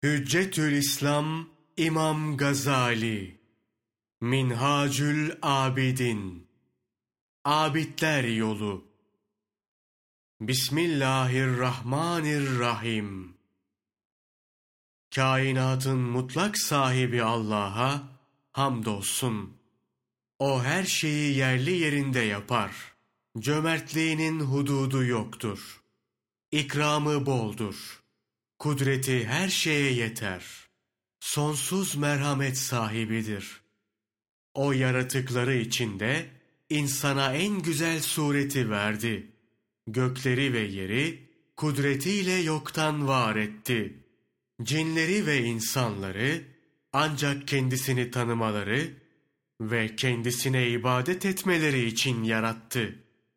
Hüccetül İslam İmam Gazali Minhacül Abidin Abidler Yolu Bismillahirrahmanirrahim. Kainatın mutlak sahibi Allah'a hamdolsun. O her şeyi yerli yerinde yapar. Cömertliğinin hududu yoktur. İkramı boldur. Kudreti her şeye yeter. Sonsuz merhamet sahibidir. O yaratıkları içinde insana en güzel sureti verdi. Gökleri ve yeri kudretiyle yoktan var etti. Cinleri ve insanları ancak kendisini tanımaları ve kendisine ibadet etmeleri için yarattı.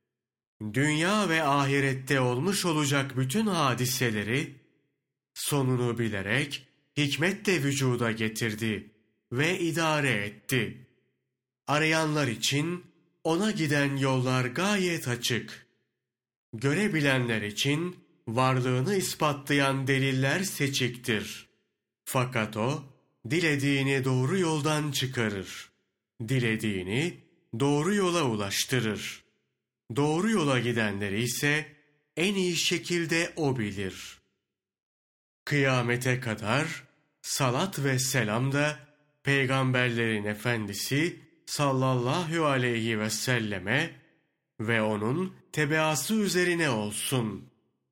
Dünya ve ahirette olmuş olacak bütün hadiseleri sonunu bilerek hikmetle vücuda getirdi ve idare etti. Arayanlar için ona giden yollar gayet açık. Görebilenler için varlığını ispatlayan deliller seçiktir. Fakat o, dilediğini doğru yoldan çıkarır. Dilediğini doğru yola ulaştırır. Doğru yola gidenleri ise en iyi şekilde o bilir. Kıyamete kadar salat ve selam da peygamberlerin efendisi sallallahu aleyhi ve selleme ve onun tebaası üzerine olsun.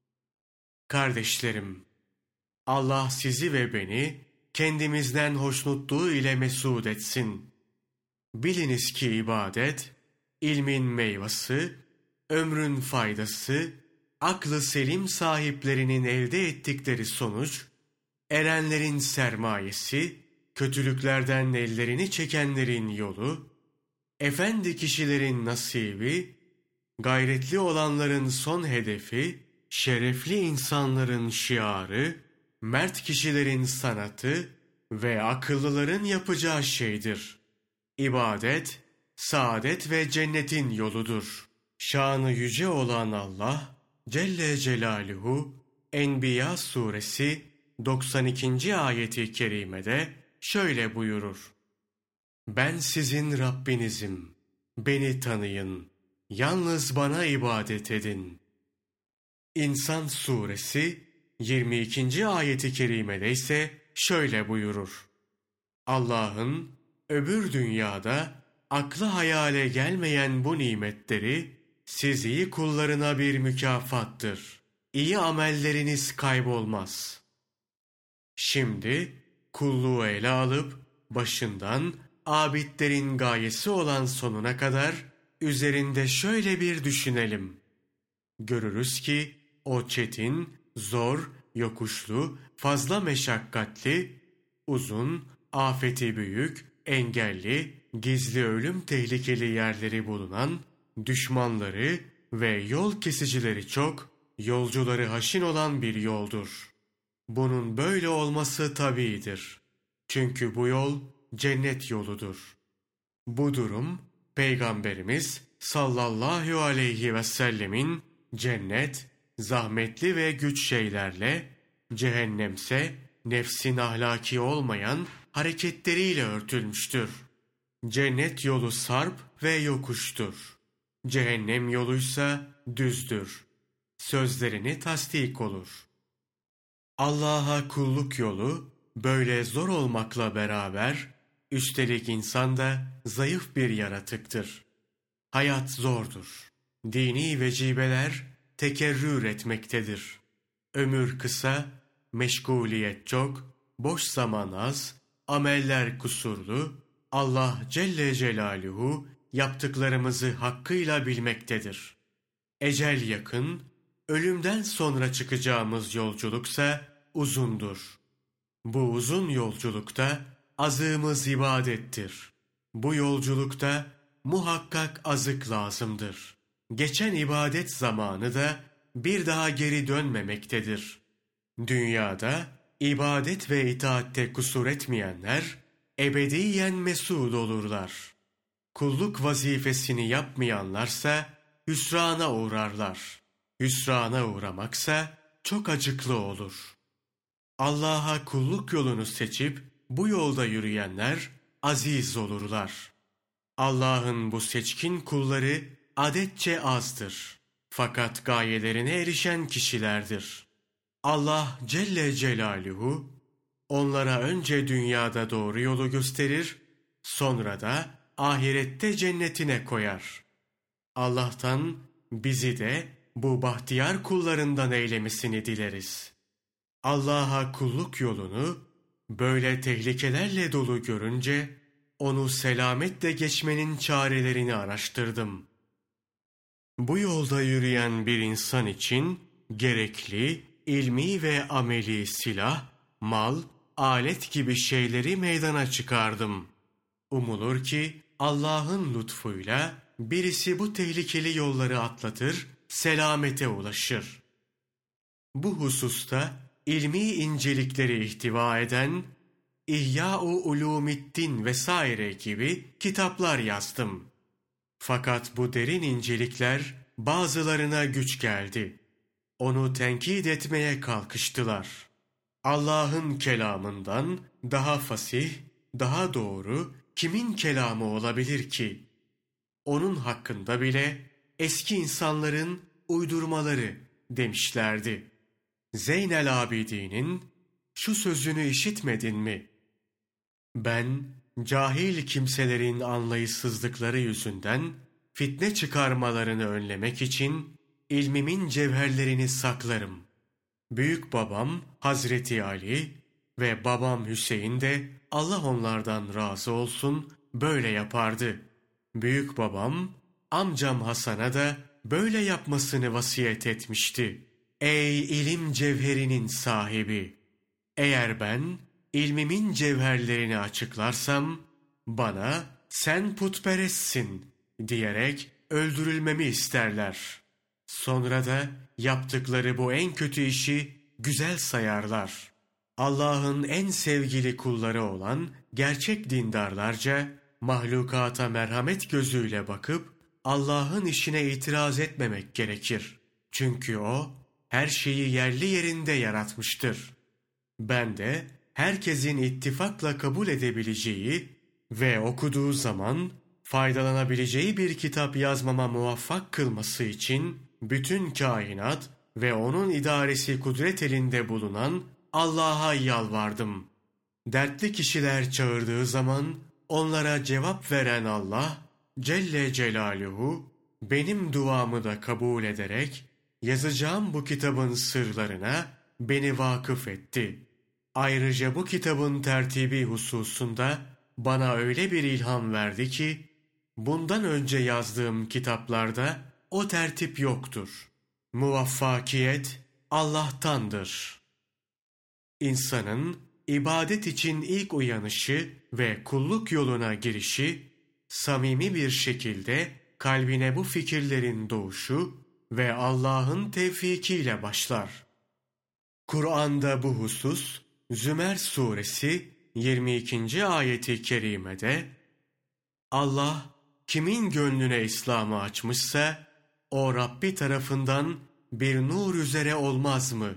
Kardeşlerim, Allah sizi ve beni kendimizden hoşnutluğu ile mesut etsin. Biliniz ki ibadet, ilmin meyvesi, ömrün faydası, aklı selim sahiplerinin elde ettikleri sonuç, erenlerin sermayesi, kötülüklerden ellerini çekenlerin yolu, efendi kişilerin nasibi, gayretli olanların son hedefi, şerefli insanların şiarı, mert kişilerin sanatı ve akıllıların yapacağı şeydir. İbadet, saadet ve cennetin yoludur. Şanı yüce olan Allah Celle Celaluhu Enbiya suresi 92. ayeti kerimede şöyle buyurur: Ben sizin Rabbinizim, beni tanıyın, yalnız bana ibadet edin. İnsan suresi 22. ayeti kerimede ise şöyle buyurur: Allah'ın öbür dünyada aklı hayale gelmeyen bu nimetleri siz iyi kullarına bir mükafattır. İyi amelleriniz kaybolmaz. Şimdi kulluğu ele alıp başından abidlerin gayesi olan sonuna kadar üzerinde şöyle bir düşünelim. Görürüz ki o çetin, zor, yokuşlu, fazla meşakkatli, uzun, afeti büyük, engelli, gizli ölüm tehlikeli yerleri bulunan, düşmanları ve yol kesicileri çok, yolcuları haşin olan bir yoldur. Bunun böyle olması tabiidir. Çünkü bu yol cennet yoludur. Bu durum Peygamberimiz sallallahu aleyhi ve sellemin cennet, zahmetli ve güç şeylerle, cehennemse nefsin ahlaki olmayan hareketleriyle örtülmüştür. Cennet yolu sarp ve yokuştur. Cehennem yoluysa düzdür. Sözlerini tasdik olur. Allah'a kulluk yolu böyle zor olmakla beraber, üstelik insan da zayıf bir yaratıktır. Hayat zordur. Dini vecibeler tekerrür etmektedir. Ömür kısa, meşguliyet çok, boş zaman az, ameller kusurlu, Allah Celle Celaluhu yaptıklarımızı hakkıyla bilmektedir. Ecel yakın, ölümden sonra çıkacağımız yolculuksa uzundur. Bu uzun yolculukta azığımız ibadettir. Bu yolculukta muhakkak azık lazımdır. Geçen ibadet zamanı da bir daha geri dönmemektedir. Dünyada ibadet ve itaatte kusur etmeyenler ebediyen mesud olurlar. Kulluk vazifesini yapmayanlarsa hüsrana uğrarlar. Hüsrana uğramaksa çok acıklı olur. Allah'a kulluk yolunu seçip bu yolda yürüyenler aziz olurlar. Allah'ın bu seçkin kulları adetçe azdır. Fakat gayelerine erişen kişilerdir. Allah Celle Celaluhu onlara önce dünyada doğru yolu gösterir, sonra da ahirette cennetine koyar. Allah'tan bizi de bu bahtiyar kullarından eylemesini dileriz. Allah'a kulluk yolunu böyle tehlikelerle dolu görünce onu selametle geçmenin çarelerini araştırdım. Bu yolda yürüyen bir insan için gerekli ilmi ve ameli silah, mal, alet gibi şeyleri meydana çıkardım. Umulur ki Allah'ın lütfuyla birisi bu tehlikeli yolları atlatır, selamete ulaşır. Bu hususta ilmi incelikleri ihtiva eden İhya-u Ulumiddin vesaire gibi kitaplar yazdım. Fakat bu derin incelikler bazılarına güç geldi. Onu tenkit etmeye kalkıştılar. Allah'ın kelamından daha fasih, daha doğru kimin kelamı olabilir ki? Onun hakkında bile eski insanların uydurmaları demişlerdi. Zeynel Abidin'in şu sözünü işitmedin mi? Ben cahil kimselerin anlayışsızlıkları yüzünden fitne çıkarmalarını önlemek için ilmimin cevherlerini saklarım. Büyük babam Hazreti Ali ve babam Hüseyin de Allah onlardan razı olsun böyle yapardı. Büyük babam amcam Hasan'a da böyle yapmasını vasiyet etmişti. Ey ilim cevherinin sahibi! Eğer ben ilmimin cevherlerini açıklarsam bana sen putperestsin diyerek öldürülmemi isterler. Sonra da yaptıkları bu en kötü işi güzel sayarlar. Allah'ın en sevgili kulları olan gerçek dindarlarca mahlukata merhamet gözüyle bakıp Allah'ın işine itiraz etmemek gerekir. Çünkü O her şeyi yerli yerinde yaratmıştır. Ben de herkesin ittifakla kabul edebileceği ve okuduğu zaman faydalanabileceği bir kitap yazmama muvaffak kılması için bütün kainat ve onun idaresi kudret elinde bulunan Allah'a yalvardım. Dertli kişiler çağırdığı zaman onlara cevap veren Allah Celle Celaluhu benim duamı da kabul ederek yazacağım bu kitabın sırlarına beni vakıf etti. Ayrıca bu kitabın tertibi hususunda bana öyle bir ilham verdi ki, bundan önce yazdığım kitaplarda o tertip yoktur. Muvaffakiyet Allah'tandır. İnsanın ibadet için ilk uyanışı ve kulluk yoluna girişi, samimi bir şekilde kalbine bu fikirlerin doğuşu ve Allah'ın tevfikiyle başlar. Kur'an'da bu husus, Zümer suresi 22. ayeti kerimede, Allah kimin gönlüne İslam'ı açmışsa, o Rabbi tarafından bir nur üzere olmaz mı?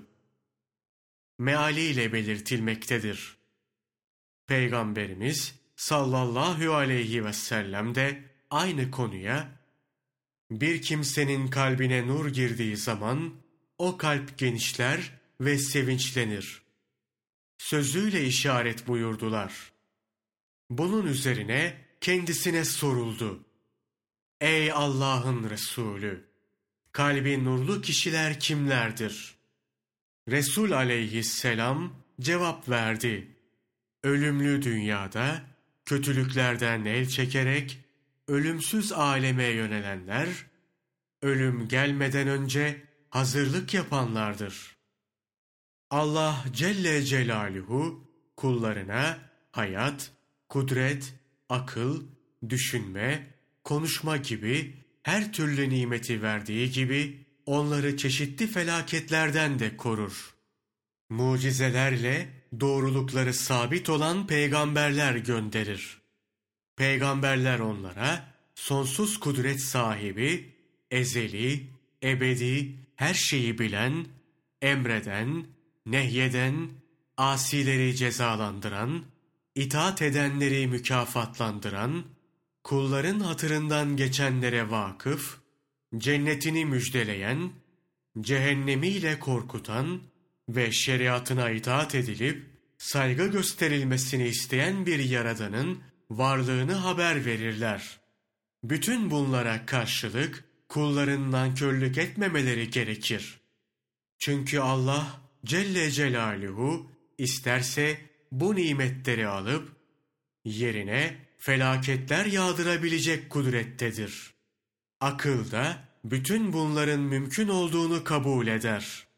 Mealiyle belirtilmektedir. Peygamberimiz sallallahu aleyhi ve sellem de aynı konuya, bir kimsenin kalbine nur girdiği zaman o kalp genişler ve sevinçlenir sözüyle işaret buyurdular. Bunun üzerine kendisine soruldu. Ey Allah'ın Resulü! Kalbi nurlu kişiler kimlerdir? Resul aleyhisselam cevap verdi. Ölümlü dünyada kötülüklerden el çekerek ölümsüz aleme yönelenler, ölüm gelmeden önce hazırlık yapanlardır. Allah Celle Celaluhu kullarına hayat, kudret, akıl, düşünme, konuşma gibi her türlü nimeti verdiği gibi onları çeşitli felaketlerden de korur. Mucizelerle doğrulukları sabit olan peygamberler gönderir. Peygamberler onlara sonsuz kudret sahibi, ezeli, ebedi, her şeyi bilen, emreden, nehyeden, asileri cezalandıran, itaat edenleri mükafatlandıran, kulların hatırından geçenlere vakıf, cennetini müjdeleyen, cehennemiyle korkutan ve şeriatına itaat edilip saygı gösterilmesini isteyen bir Yaradan'ın varlığını haber verirler. Bütün bunlara karşılık kulların nankörlük etmemeleri gerekir. Çünkü Allah Celle Celaluhu isterse bu nimetleri alıp yerine felaketler yağdırabilecek kudrettedir. Akıl da bütün bunların mümkün olduğunu kabul eder.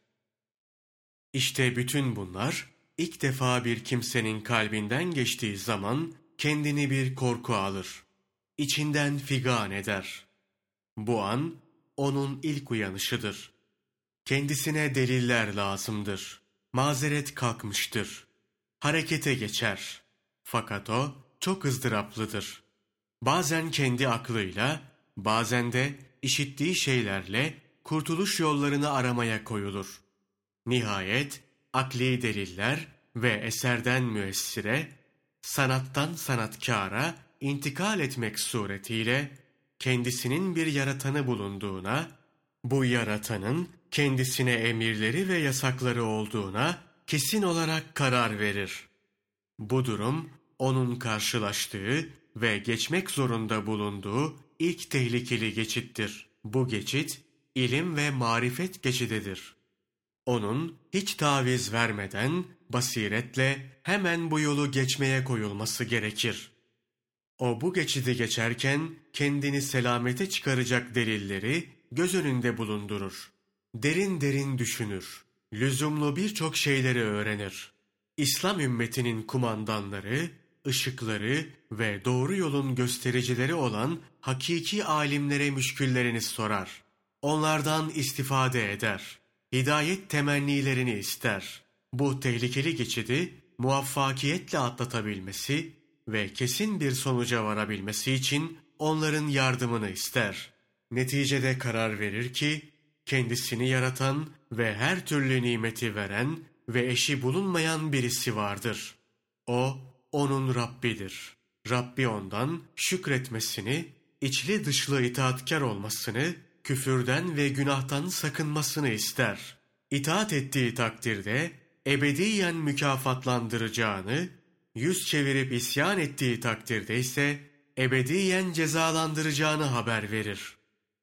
İşte bütün bunlar ilk defa bir kimsenin kalbinden geçtiği zaman kendini bir korku alır. İçinden figan eder. Bu an onun ilk uyanışıdır. Kendisine deliller lazımdır. Mazeret kalkmıştır. Harekete geçer. Fakat o çok ızdıraplıdır. Bazen kendi aklıyla, bazen de işittiği şeylerle kurtuluş yollarını aramaya koyulur. Nihayet akli deliller ve eserden müessire, sanattan sanatkara intikal etmek suretiyle kendisinin bir yaratanı bulunduğuna, bu yaratanın kendisine emirleri ve yasakları olduğuna kesin olarak karar verir. Bu durum onun karşılaştığı ve geçmek zorunda bulunduğu ilk tehlikeli geçittir. Bu geçit ilim ve marifet geçididir. Onun hiç taviz vermeden basiretle hemen bu yolu geçmeye koyulması gerekir. O bu geçidi geçerken kendini selamete çıkaracak delilleri göz önünde bulundurur. Derin derin düşünür. Lüzumlu birçok şeyleri öğrenir. İslam ümmetinin kumandanları, ışıkları ve doğru yolun göstericileri olan hakiki alimlere müşküllerini sorar. Onlardan istifade eder. Hidayet temennilerini ister. Bu tehlikeli geçidi muvaffakiyetle atlatabilmesi ve kesin bir sonuca varabilmesi için onların yardımını ister. Neticede karar verir ki kendisini yaratan ve her türlü nimeti veren ve eşi bulunmayan birisi vardır. O, onun Rabbidir. Rabbi ondan şükretmesini, içli dışlı itaatkar olmasını, küfürden ve günahtan sakınmasını ister. İtaat ettiği takdirde ebediyen mükafatlandıracağını, yüz çevirip isyan ettiği takdirde ise ebediyen cezalandıracağını haber verir.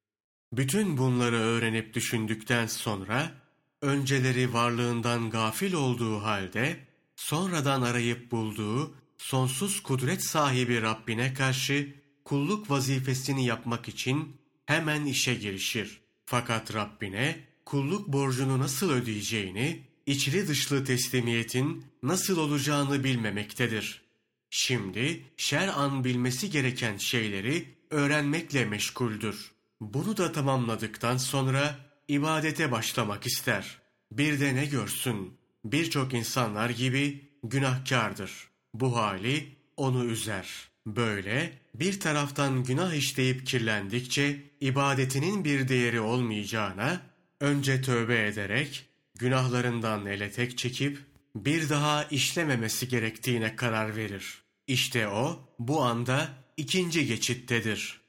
Bütün bunları öğrenip düşündükten sonra, önceleri varlığından gafil olduğu halde, sonradan arayıp bulduğu sonsuz kudret sahibi Rabbine karşı kulluk vazifesini yapmak için hemen işe girişir. Fakat Rabbine kulluk borcunu nasıl ödeyeceğini, içli dışlı teslimiyetin nasıl olacağını bilmemektedir. Şimdi şer'an bilmesi gereken şeyleri öğrenmekle meşguldür. Bunu da tamamladıktan sonra ibadete başlamak ister. Bir de ne görsün? Birçok insanlar gibi günahkardır. Bu hali onu üzer. Böyle bir taraftan günah işleyip kirlendikçe ibadetinin bir değeri olmayacağına, önce tövbe ederek günahlarından ele tek çekip bir daha işlememesi gerektiğine karar verir. İşte o bu anda ikinci geçittedir.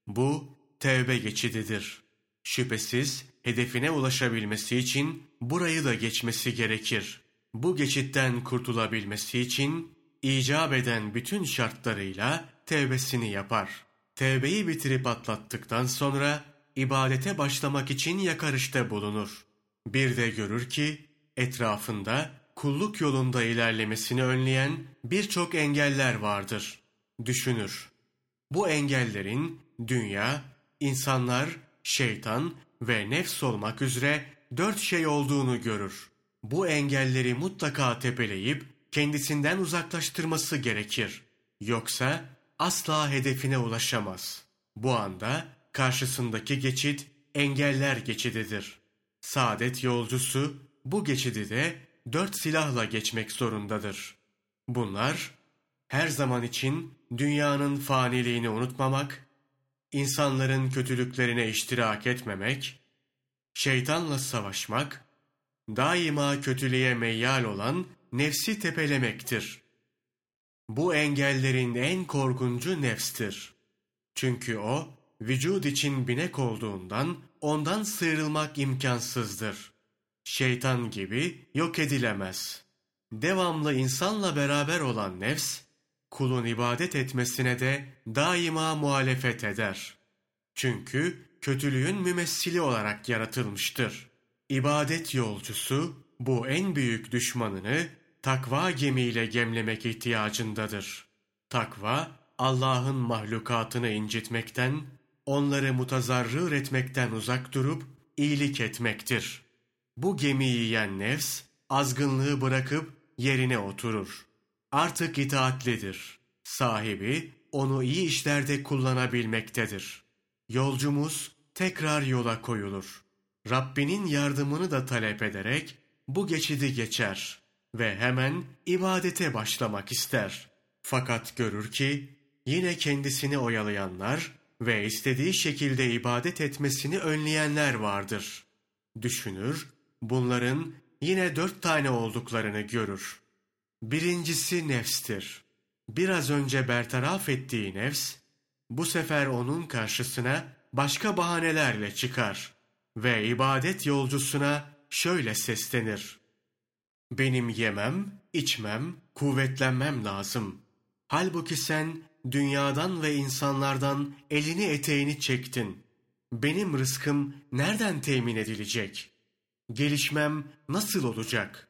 Bu tevbe geçididir. Şüphesiz hedefine ulaşabilmesi için burayı da geçmesi gerekir. Bu geçitten kurtulabilmesi için icap eden bütün şartlarıyla tevbesini yapar. Tevbeyi bitirip atlattıktan sonra ibadete başlamak için yakarışta bulunur. Bir de görür ki etrafında kulluk yolunda ilerlemesini önleyen birçok engeller vardır. Düşünür. Bu engellerin dünya, insanlar, şeytan ve nefs olmak üzere 4 şey olduğunu görür. Bu engelleri mutlaka tepeleyip kendisinden uzaklaştırması gerekir. Yoksa asla hedefine ulaşamaz. Bu anda karşısındaki geçit engeller geçididir. Saadet yolcusu bu geçidi de 4 silahla geçmek zorundadır. Bunlar her zaman için dünyanın faniliğini unutmamak, insanların kötülüklerine iştirak etmemek, şeytanla savaşmak, daima kötülüğe meyyal olan nefsi tepelemektir. Bu engellerin en korkuncu nefstir. Çünkü o, vücud için binek olduğundan ondan sıyrılmak imkansızdır. Şeytan gibi yok edilemez. Devamlı insanla beraber olan nefs, kulun ibadet etmesine de daima muhalefet eder. Çünkü kötülüğün mümessili olarak yaratılmıştır. İbadet yolcusu bu en büyük düşmanını takva gemiyle gemlemek ihtiyacındadır. Takva, Allah'ın mahlukatını incitmekten, onları mutazarrır etmekten uzak durup iyilik etmektir. Bu gemiyi yiyen nefs, azgınlığı bırakıp yerine oturur. Artık itaatlidir. Sahibi onu iyi işlerde kullanabilmektedir. Yolcumuz tekrar yola koyulur. Rabbinin yardımını da talep ederek bu geçidi geçer ve hemen ibadete başlamak ister. Fakat görür ki yine kendisini oyalayanlar ve istediği şekilde ibadet etmesini önleyenler vardır. Düşünür, bunların yine 4 tane olduklarını görür. Birincisi nefstir. Biraz önce bertaraf ettiği nefs, bu sefer onun karşısına başka bahanelerle çıkar ve ibadet yolcusuna şöyle seslenir: benim yemem, içmem, kuvvetlenmem lazım. Halbuki sen dünyadan ve insanlardan elini eteğini çektin. Benim rızkım nereden temin edilecek? Gelişmem nasıl olacak?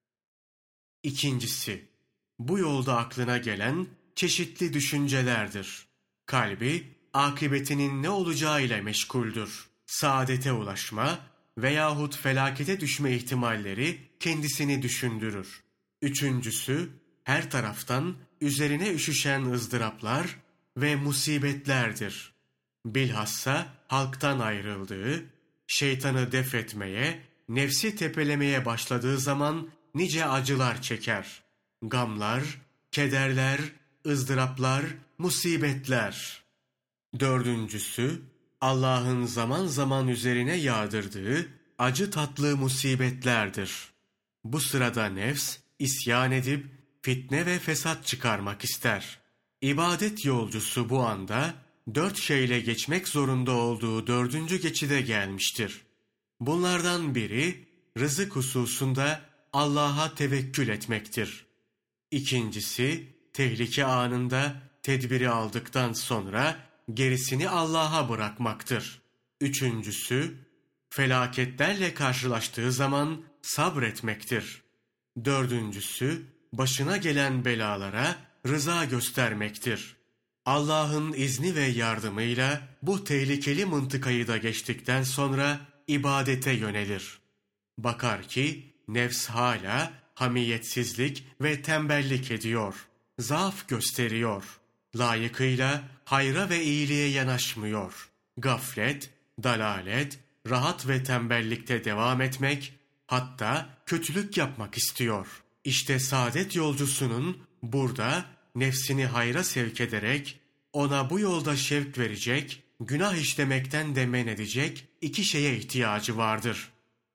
İkincisi, bu yolda aklına gelen çeşitli düşüncelerdir. Kalbi, akıbetinin ne olacağıyla meşguldür. Saadete ulaşma veyahut felakete düşme ihtimalleri kendisini düşündürür. Üçüncüsü, her taraftan üzerine üşüşen ızdıraplar ve musibetlerdir. Bilhassa halktan ayrıldığı, şeytanı def etmeye, nefsi tepelemeye başladığı zaman nice acılar çeker. Gamlar, kederler, ızdıraplar, musibetler. Dördüncüsü, Allah'ın zaman zaman üzerine yağdırdığı acı tatlı musibetlerdir. Bu sırada nefs isyan edip fitne ve fesat çıkarmak ister. İbadet yolcusu bu anda 4 şeyle geçmek zorunda olduğu 4. geçide gelmiştir. Bunlardan biri rızık hususunda Allah'a tevekkül etmektir. İkincisi, tehlike anında tedbiri aldıktan sonra gerisini Allah'a bırakmaktır. Üçüncüsü, felaketlerle karşılaştığı zaman sabretmektir. Dördüncüsü, başına gelen belalara rıza göstermektir. Allah'ın izni ve yardımıyla bu tehlikeli mıntıkayı da geçtikten sonra ibadete yönelir. Bakar ki nefs hala hamiyetsizlik ve tembellik ediyor, zaaf gösteriyor. Layıkıyla hayra ve iyiliğe yanaşmıyor. Gaflet, dalalet, rahat ve tembellikte devam etmek, hatta kötülük yapmak istiyor. İşte saadet yolcusunun burada nefsini hayra sevk ederek ona bu yolda şevk verecek, günah işlemekten de men edecek 2 şeye ihtiyacı vardır.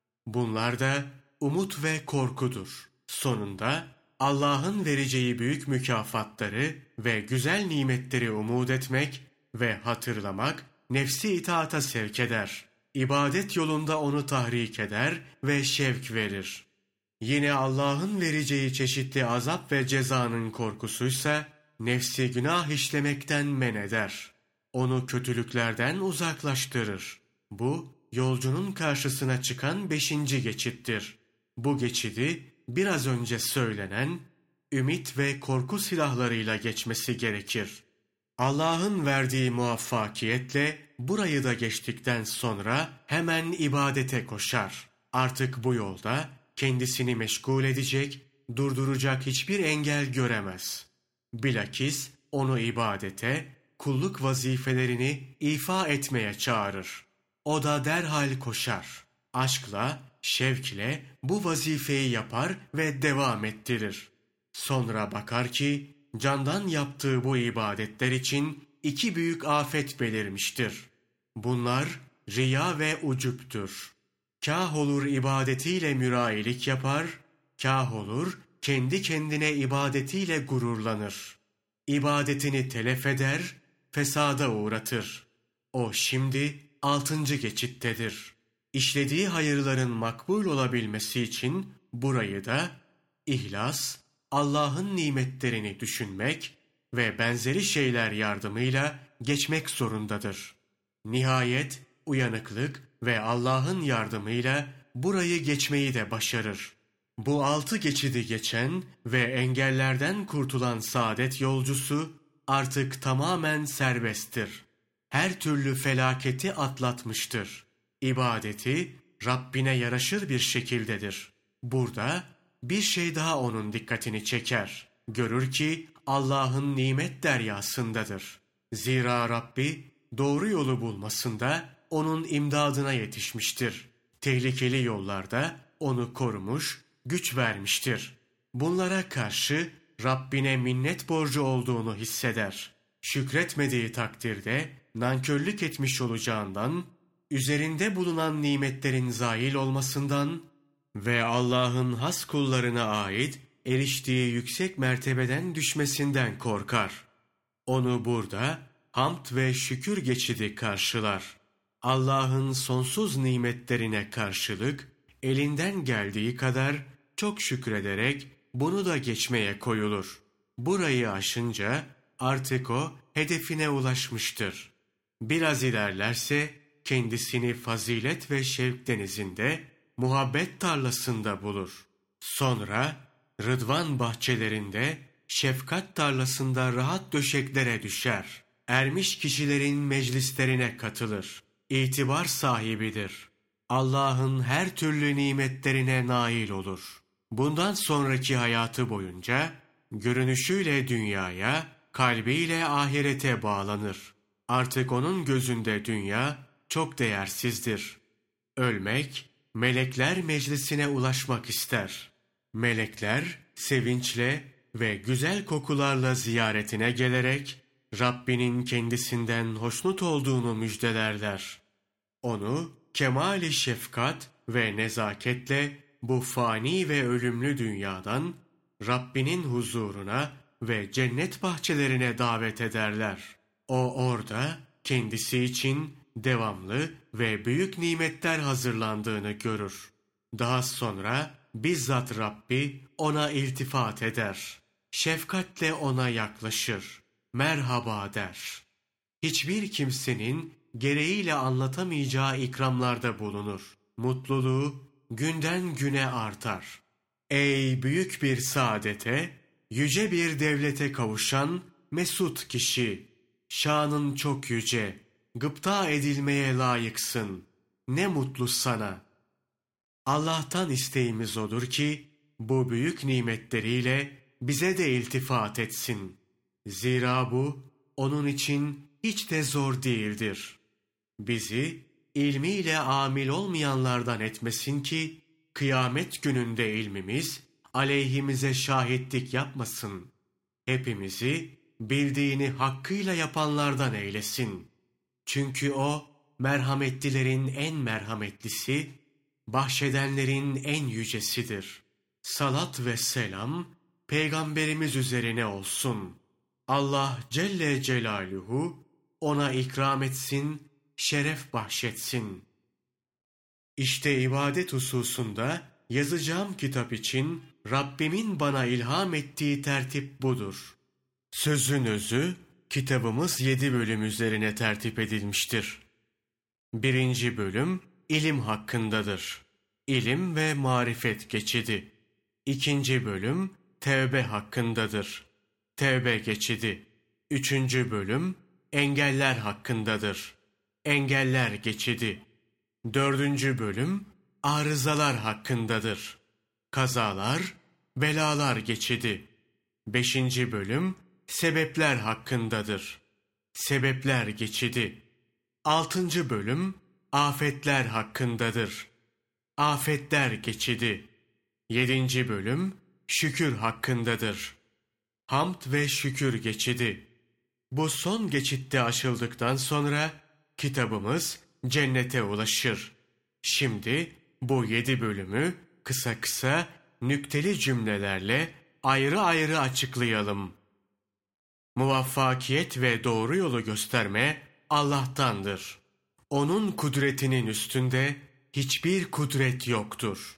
Bunlar da umut ve korkudur. Sonunda Allah'ın vereceği büyük mükafatları ve güzel nimetleri umut etmek ve hatırlamak nefsi itaata sevk eder. İbadet yolunda onu tahrik eder ve şevk verir. Yine Allah'ın vereceği çeşitli azap ve cezanın korkusuysa nefsi günah işlemekten men eder. Onu kötülüklerden uzaklaştırır. Bu yolcunun karşısına çıkan 5. geçittir. Bu geçidi biraz önce söylenen ümit ve korku silahlarıyla geçmesi gerekir. Allah'ın verdiği muvaffakiyetle burayı da geçtikten sonra hemen ibadete koşar. Artık bu yolda kendisini meşgul edecek, durduracak hiçbir engel göremez. Bilakis onu ibadete, kulluk vazifelerini ifa etmeye çağırır. O da derhal koşar. Aşkla, şevkle bu vazifeyi yapar ve devam ettirir. Sonra bakar ki candan yaptığı bu ibadetler için 2 büyük afet belirmiştir. Bunlar riya ve ucuptur. Kâh olur ibadetiyle mürailik yapar, kâh olur kendi kendine ibadetiyle gururlanır. İbadetini telef eder, fesada uğratır. O şimdi 6. geçittedir. İşlediği hayırların makbul olabilmesi için burayı da ihlas, Allah'ın nimetlerini düşünmek ve benzeri şeyler yardımıyla geçmek zorundadır. Nihayet uyanıklık ve Allah'ın yardımıyla burayı geçmeyi de başarır. Bu 6 geçidi geçen ve engellerden kurtulan saadet yolcusu artık tamamen serbesttir. Her türlü felaketi atlatmıştır. İbadeti Rabbine yaraşır bir şekildedir. Burada bir şey daha onun dikkatini çeker. Görür ki Allah'ın nimet deryasındadır. Zira Rabbi doğru yolu bulmasında onun imdadına yetişmiştir. Tehlikeli yollarda onu korumuş, güç vermiştir. Bunlara karşı Rabbine minnet borcu olduğunu hisseder. Şükretmediği takdirde nankörlük etmiş olacağından, üzerinde bulunan nimetlerin zail olmasından ve Allah'ın has kullarına ait eriştiği yüksek mertebeden düşmesinden korkar. Onu burada hamd ve şükür geçidi karşılar. Allah'ın sonsuz nimetlerine karşılık elinden geldiği kadar çok şükrederek bunu da geçmeye koyulur. Burayı aşınca artık o hedefine ulaşmıştır. Biraz ilerlerse kendisini fazilet ve şevk denizinde, muhabbet tarlasında bulur. Sonra rıdvan bahçelerinde, şefkat tarlasında rahat döşeklere düşer. Ermiş kişilerin meclislerine katılır. İtibar sahibidir. Allah'ın her türlü nimetlerine nail olur. Bundan sonraki hayatı boyunca görünüşüyle dünyaya, kalbiyle ahirete bağlanır. Artık onun gözünde dünya çok değersizdir. Ölmek, melekler meclisine ulaşmak ister. Melekler sevinçle ve güzel kokularla ziyaretine gelerek Rabbinin kendisinden hoşnut olduğunu müjdelerler. Onu kemali şefkat ve nezaketle bu fani ve ölümlü dünyadan Rabbinin huzuruna ve cennet bahçelerine davet ederler. O orada kendisi için devamlı ve büyük nimetler hazırlandığını görür. Daha sonra bizzat Rabbi ona iltifat eder. Şefkatle ona yaklaşır. Merhaba der. Hiçbir kimsenin gereğiyle anlatamayacağı ikramlarda bulunur. Mutluluğu günden güne artar. Ey büyük bir saadete, yüce bir devlete kavuşan mesut kişi! Şanın çok yüce, gıpta edilmeye layıksın. Ne mutlu sana. Allah'tan isteğimiz odur ki, bu büyük nimetleriyle bize de iltifat etsin. Zira bu, onun için hiç de zor değildir. Bizi, ilmiyle amil olmayanlardan etmesin ki, kıyamet gününde ilmimiz, aleyhimize şahitlik yapmasın. Hepimizi, bildiğini hakkıyla yapanlardan eylesin. Çünkü o, merhametlilerin en merhametlisi, bahşedenlerin en yücesidir. Salat ve selam, Peygamberimiz üzerine olsun. Allah Celle Celaluhu, ona ikram etsin, şeref bahşetsin. İşte ibadet hususunda yazacağım kitap için Rabbimin bana ilham ettiği tertip budur. Sözün özü, kitabımız 7 bölüm üzerine tertip edilmiştir. 1. bölüm, ilim hakkındadır. İlim ve marifet geçidi. 2. bölüm, tevbe hakkındadır. Tevbe geçidi. 3. bölüm, engeller hakkındadır. Engeller geçidi. 4. bölüm, arızalar hakkındadır. Kazalar, belalar geçidi. 5. bölüm, sebepler hakkındadır. Sebepler geçidi. 6. bölüm, afetler hakkındadır. Afetler geçidi. 7. bölüm, şükür hakkındadır. Hamd ve şükür geçidi. Bu son geçitte aşıldıktan sonra kitabımız cennete ulaşır. Şimdi bu 7 bölümü kısa kısa nükteli cümlelerle ayrı ayrı açıklayalım. Muvaffakiyet ve doğru yolu gösterme Allah'tandır. Onun kudretinin üstünde hiçbir kudret yoktur.